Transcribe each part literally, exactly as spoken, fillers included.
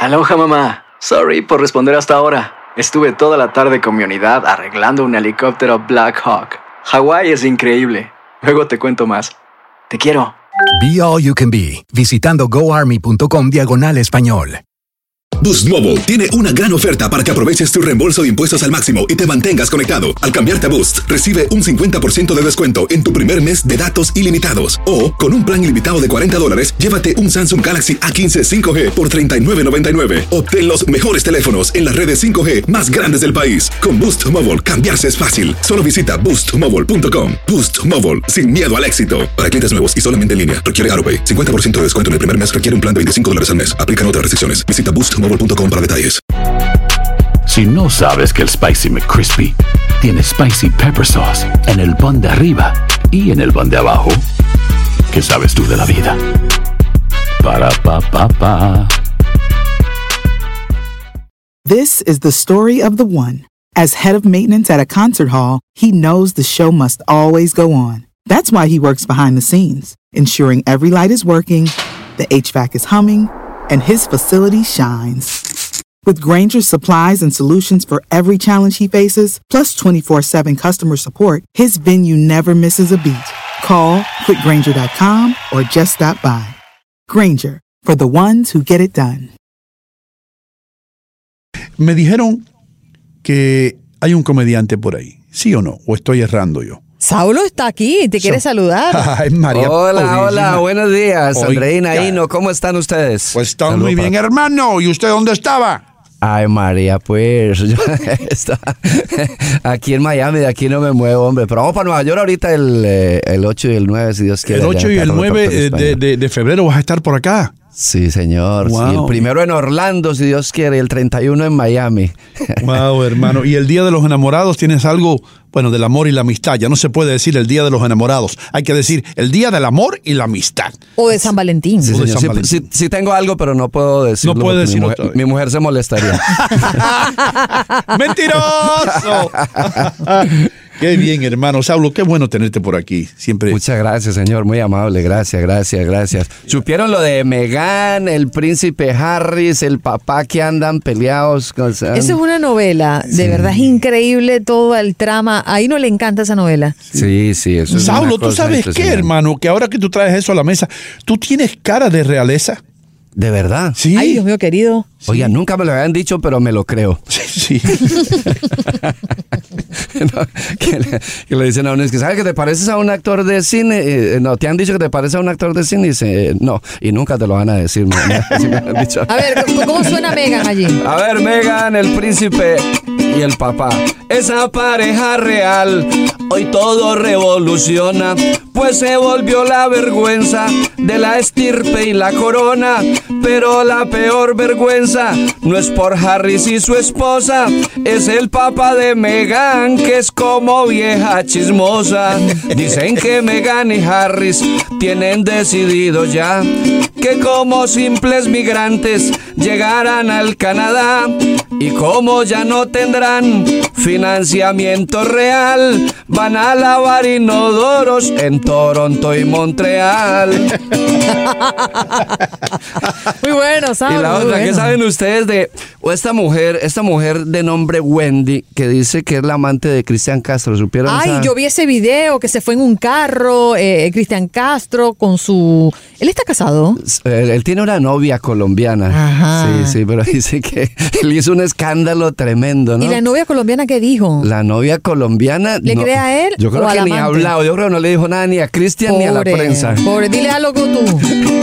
Aloha, mamá. Sorry por responder hasta ahora. Estuve toda la tarde con mi unidad arreglando un helicóptero Black Hawk. Hawái es increíble. Luego te cuento más. Te quiero. Be All You Can Be, visitando goarmy.com diagonal español. Boost Mobile tiene una gran oferta para que aproveches tu reembolso de impuestos al máximo y te mantengas conectado. Al cambiarte a Boost, recibe un cincuenta por ciento de descuento en tu primer mes de datos ilimitados. O, con un plan ilimitado de cuarenta dólares, llévate un Samsung Galaxy A quince cinco G por treinta y nueve noventa y nueve. Obtén los mejores teléfonos en las redes cinco G más grandes del país. Con Boost Mobile, cambiarse es fácil. Solo visita boost mobile punto com. Boost Mobile, sin miedo al éxito. Para clientes nuevos y solamente en línea, requiere AutoPay. cincuenta por ciento de descuento en el primer mes requiere un plan de veinticinco dólares al mes. Aplican otras restricciones. Visita boost mobile punto com para detalles. Si no sabes que el Spicy McCrispy tiene Spicy Pepper Sauce en el pan de arriba y en el pan de abajo, ¿qué sabes tú de la vida? Para, pa, pa, pa. This is the story of the one. As head of maintenance at a concert hall, he knows the show must always go on. That's why he works behind the scenes, ensuring every light is working, the H V A C is humming, and his facility shines. With Grainger's supplies and solutions for every challenge he faces, plus twenty-four seven customer support, his venue never misses a beat. Call quick grainger dot com or just stop by. Grainger, for the ones who get it done. Me dijeron que hay un comediante por ahí, ¿sí o no? ¿O estoy errando yo? Saulo está aquí, te quiere so, saludar. Ay, María hola, Purísima. hola, buenos días, Oiga. Andreina, Hino, ¿cómo están ustedes? Pues están muy bien, para... hermano. ¿Y usted dónde estaba? Ay, María, pues yo está aquí en Miami, de aquí no me muevo, hombre. Pero vamos para Nueva York ahorita el, eh, el ocho y el nueve, si Dios quiere. El ocho y el nueve de, de, de febrero vas a estar por acá. Sí, señor. Wow. Sí, el primero en Orlando, si Dios quiere, y el treinta y uno en Miami. Wow, hermano. Y el Día de los Enamorados tienes algo, bueno, del amor y la amistad. Ya no se puede decir el Día de los Enamorados. Hay que decir el Día del Amor y la amistad. O de San Valentín. Sí, o de San sí, Valentín. Sí, sí tengo algo, pero no puedo decirlo. No puede decirlo. Mi mujer, mi mujer se molestaría. ¡Mentiroso! Qué bien, hermano. Saulo, qué bueno tenerte por aquí. Siempre. Muchas gracias, señor. Muy amable. Gracias, gracias, gracias. ¿Supieron lo de Meghan, el príncipe Harris, el papá que andan peleados? Con... Eso es una novela. Sí. De verdad es increíble todo el trama. A Hino le encanta esa novela. Sí, sí. Eso es Saulo, una ¿tú sabes qué, hermano? Que ahora que tú traes eso a la mesa, tú tienes cara de realeza. ¿De verdad? Sí. Ay, Dios mío, querido. Sí. Oiga, nunca me lo habían dicho, pero me lo creo. Sí. sí. no, que, le, que le dicen a uno, es que ¿sabes que te pareces a un actor de cine? Eh, no, ¿te han dicho que te pareces a un actor de cine? Y dice, eh, no, y nunca te lo van a decir. Me, me, me han dicho. A ver, ¿cómo, cómo suena Meghan allí? A ver, Meghan, el príncipe y el papá. Esa pareja real, hoy todo revoluciona, pues se volvió la vergüenza de la estirpe y la corona. Pero la peor vergüenza no es por Harris y su esposa, es el papá de Meghan, que es como vieja chismosa. Dicen que Meghan y Harris tienen decidido ya que como simples migrantes llegarán al Canadá, y como ya no tendrán financiamiento real, van a lavar inodoros en Toronto y Montreal. Muy bueno, ¿sabes? Y la otra, bueno. ¿qué saben ustedes de o esta mujer, esta mujer de nombre Wendy, que dice que es la amante de Cristian Castro? ¿Supieron? Ay, esa? yo vi ese video que se fue en un carro, eh, Cristian Castro con su... ¿Él está casado? Él, él tiene una novia colombiana. Ajá. Sí, sí, pero dice que él hizo un escándalo tremendo, ¿no? ¿Y la novia colombiana qué dijo? La novia colombiana... ¿Le no, cree a él Yo creo o que al ni ha amante? hablado. Yo creo que no le dijo nada ni a Cristian ni a la prensa. Pobre, dile algo tú.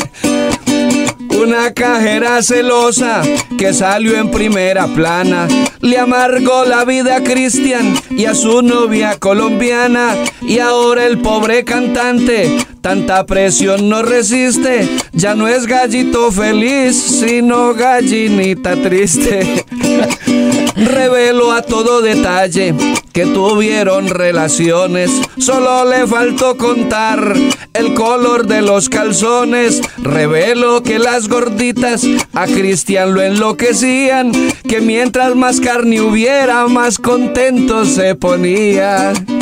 Una cajera celosa que salió en primera plana le amargó la vida a Cristian y a su novia colombiana, y ahora el pobre cantante tanta presión no resiste, ya no es gallito feliz sino gallinita triste. Reveló a todo detalle que tuvieron relaciones, solo le faltó contar el color de los calzones. Reveló que las gorditas a Cristian lo enloquecían, que mientras más carne hubiera más contento se ponía.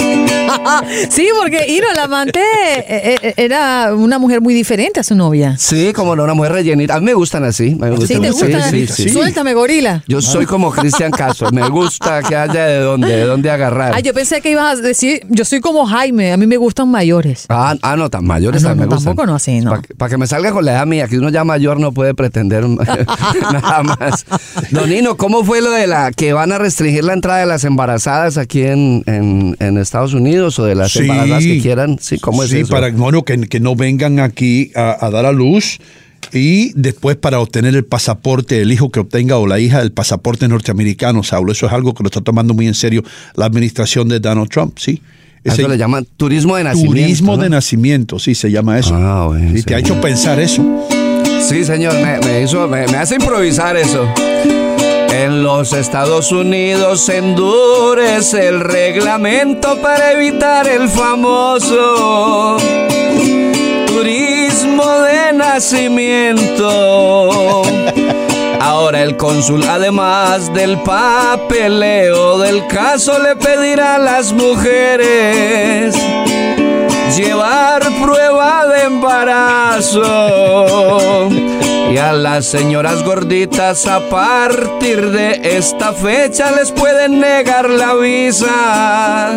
Sí, porque Iro, la amante, eh, era una mujer muy diferente a su novia. Sí, como no, una mujer rellenita. A mí me gustan así. Me gustan. Sí, te gustan. Sí, sí, sí. Suéltame, gorila. Yo soy como Cristian Castro. Me gusta que haya de dónde, de dónde agarrar. Ay, yo pensé que ibas a decir, yo soy como Jaime, a mí me gustan mayores. Ah, ah no, tan mayores ah, no, también no, me gustan. Tampoco no así, ¿no? Para pa que me salga con la edad mía, que uno ya mayor no puede pretender nada más. Don Nino, ¿cómo fue lo de la que van a restringir la entrada de las embarazadas aquí en, en, en Estados Unidos o de las sí, embarazadas que quieran? Sí, ¿cómo es sí, eso? para bueno, que, que no vengan aquí a, a dar a luz. Y después para obtener el pasaporte, el hijo que obtenga o la hija el pasaporte norteamericano, Saulo. Eso es algo que lo está tomando muy en serio la administración de Donald Trump, sí. Eso le llaman turismo de nacimiento. Turismo ¿no? de nacimiento, sí, se llama eso. Ah, bueno, y sí. te ha hecho pensar eso. Sí, señor, me, me, hizo, me, me hace improvisar eso. En los Estados Unidos se endurece el reglamento para evitar el famoso turismo de nacimiento. Ahora el cónsul, además del papeleo del caso, le pedirá a las mujeres llevar prueba de embarazo. Y a las señoras gorditas a partir de esta fecha les pueden negar la visa.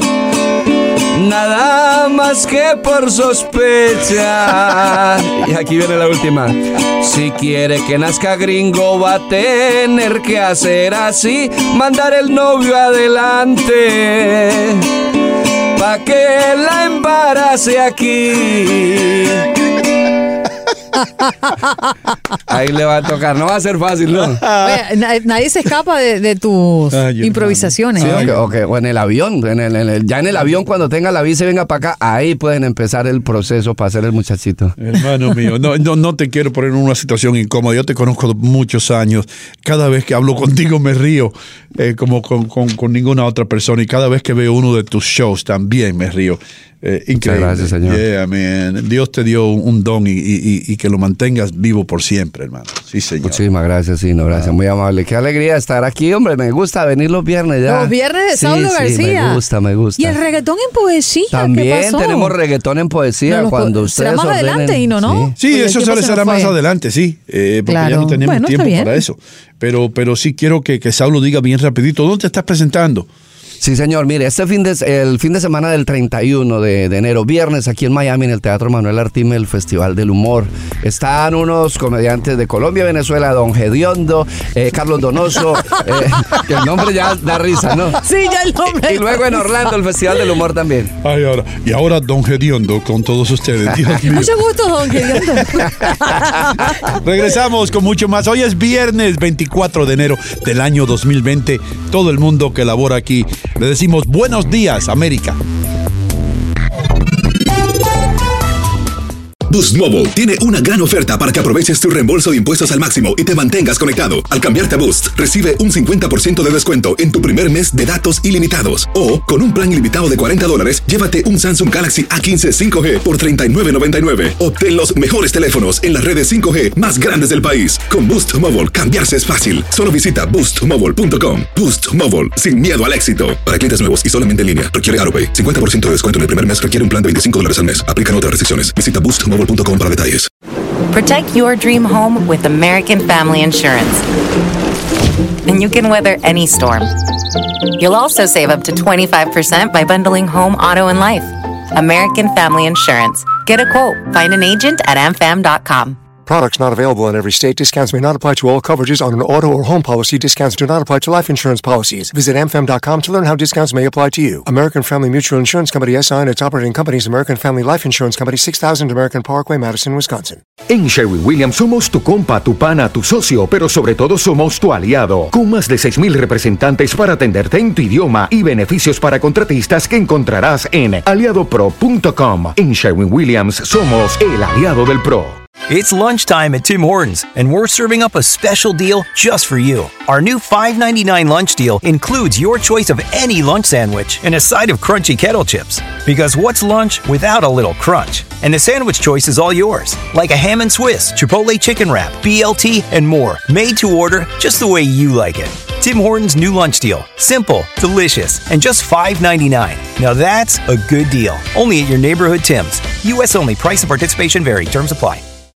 Nada más que por sospecha. Y aquí viene la última. Si quiere que nazca gringo va a tener que hacer así, mandar el novio adelante pa' que la embarace aquí. Ahí le va a tocar, no va a ser fácil, ¿no? Oye, nadie se escapa de, de tus Ay, improvisaciones. Sí, okay, okay. O en el avión, en el, en el, ya en el avión cuando tenga la visa y venga para acá, ahí pueden empezar el proceso para hacer el muchachito. Hermano mío, no, no, no te quiero poner en una situación incómoda. Yo te conozco muchos años. Cada vez que hablo contigo me río eh, como con, con, con ninguna otra persona, y cada vez que veo uno de tus shows también me río. Eh, increíble. Muchas gracias, señor. Yeah, man. Dios te dio un, un don y, y, y que lo mantengas vivo por siempre, hermano. Sí, señor. Muchísimas gracias, sí, no, gracias. Ah. Muy amable. Qué alegría estar aquí, hombre. Me gusta venir los viernes ya. Los viernes de Saulo sí, García. Sí, me gusta, me gusta. Y el reggaetón en poesía. También ¿qué pasó? tenemos reggaetón en poesía. No, cuando ustedes será más ordenen. adelante, Hino, ¿no? Sí, sí eso se será más adelante, sí. Eh, porque claro. ya no tenemos bueno, tiempo para eso. Pero, pero sí quiero que, que Saulo diga bien rapidito. ¿Dónde te estás presentando? Sí, señor. Mire, este fin de, el fin de semana del treinta y uno de, de enero, viernes, aquí en Miami, en el Teatro Manuel Artime, el Festival del Humor. Están unos comediantes de Colombia, Venezuela, Don Gediondo, eh, Carlos Donoso, eh, que el nombre ya da risa, ¿no? Sí, ya el nombre. Y luego en Orlando, el Festival del Humor también. Ay, ahora, y ahora Don Gediondo con todos ustedes. Dios mío. Mucho gusto, Don Gediondo. Regresamos con mucho más. Hoy es viernes veinticuatro de enero del año dos mil veinte. Todo el mundo que labora aquí le decimos buenos días, América. Boost Mobile tiene una gran oferta para que aproveches tu reembolso de impuestos al máximo y te mantengas conectado. Al cambiarte a Boost, recibe un cincuenta por ciento de descuento en tu primer mes de datos ilimitados. O, con un plan ilimitado de cuarenta dólares, llévate un Samsung Galaxy A quince cinco G por treinta y nueve noventa y nueve. Obtén los mejores teléfonos en las redes cinco G más grandes del país. Con Boost Mobile, cambiarse es fácil. Solo visita boost mobile punto com. Boost Mobile, sin miedo al éxito. Para clientes nuevos y solamente en línea, requiere AutoPay. cincuenta por ciento de descuento en el primer mes, requiere un plan de veinticinco dólares al mes. Aplican otras restricciones. Visita boost mobile punto com para detalles. Protect your dream home with American Family Insurance. And you can weather any storm. You'll also save up to twenty-five percent by bundling home, auto, and life. American Family Insurance. Get a quote. Find an agent at a m fam dot com. Products not available in every state. Discounts may not apply to all coverages on an auto or home policy. Discounts do not apply to life insurance policies. Visit a m fam dot com to learn how discounts may apply to you. American Family Mutual Insurance Company S I and its operating companies, American Family Life Insurance Company, six thousand American Parkway, Madison, Wisconsin. En Sherwin-Williams somos tu compa, tu pana, tu socio, pero sobre todo somos tu aliado. Con más de seis mil representantes para atenderte en tu idioma y beneficios para contratistas que encontrarás en aliado pro punto com. En Sherwin-Williams somos el aliado del pro. It's lunchtime at Tim Hortons, and we're serving up a special deal just for you. Our new five ninety-nine lunch deal includes your choice of any lunch sandwich and a side of crunchy kettle chips. Because what's lunch without a little crunch? And the sandwich choice is all yours, like a ham and Swiss, Chipotle chicken wrap, B L T, and more, made to order just the way you like it. Tim Hortons' new lunch deal. Simple, delicious, and just five ninety-nine. Now that's a good deal. Only at your neighborhood Tim's. U S only. Price and participation vary. Terms apply.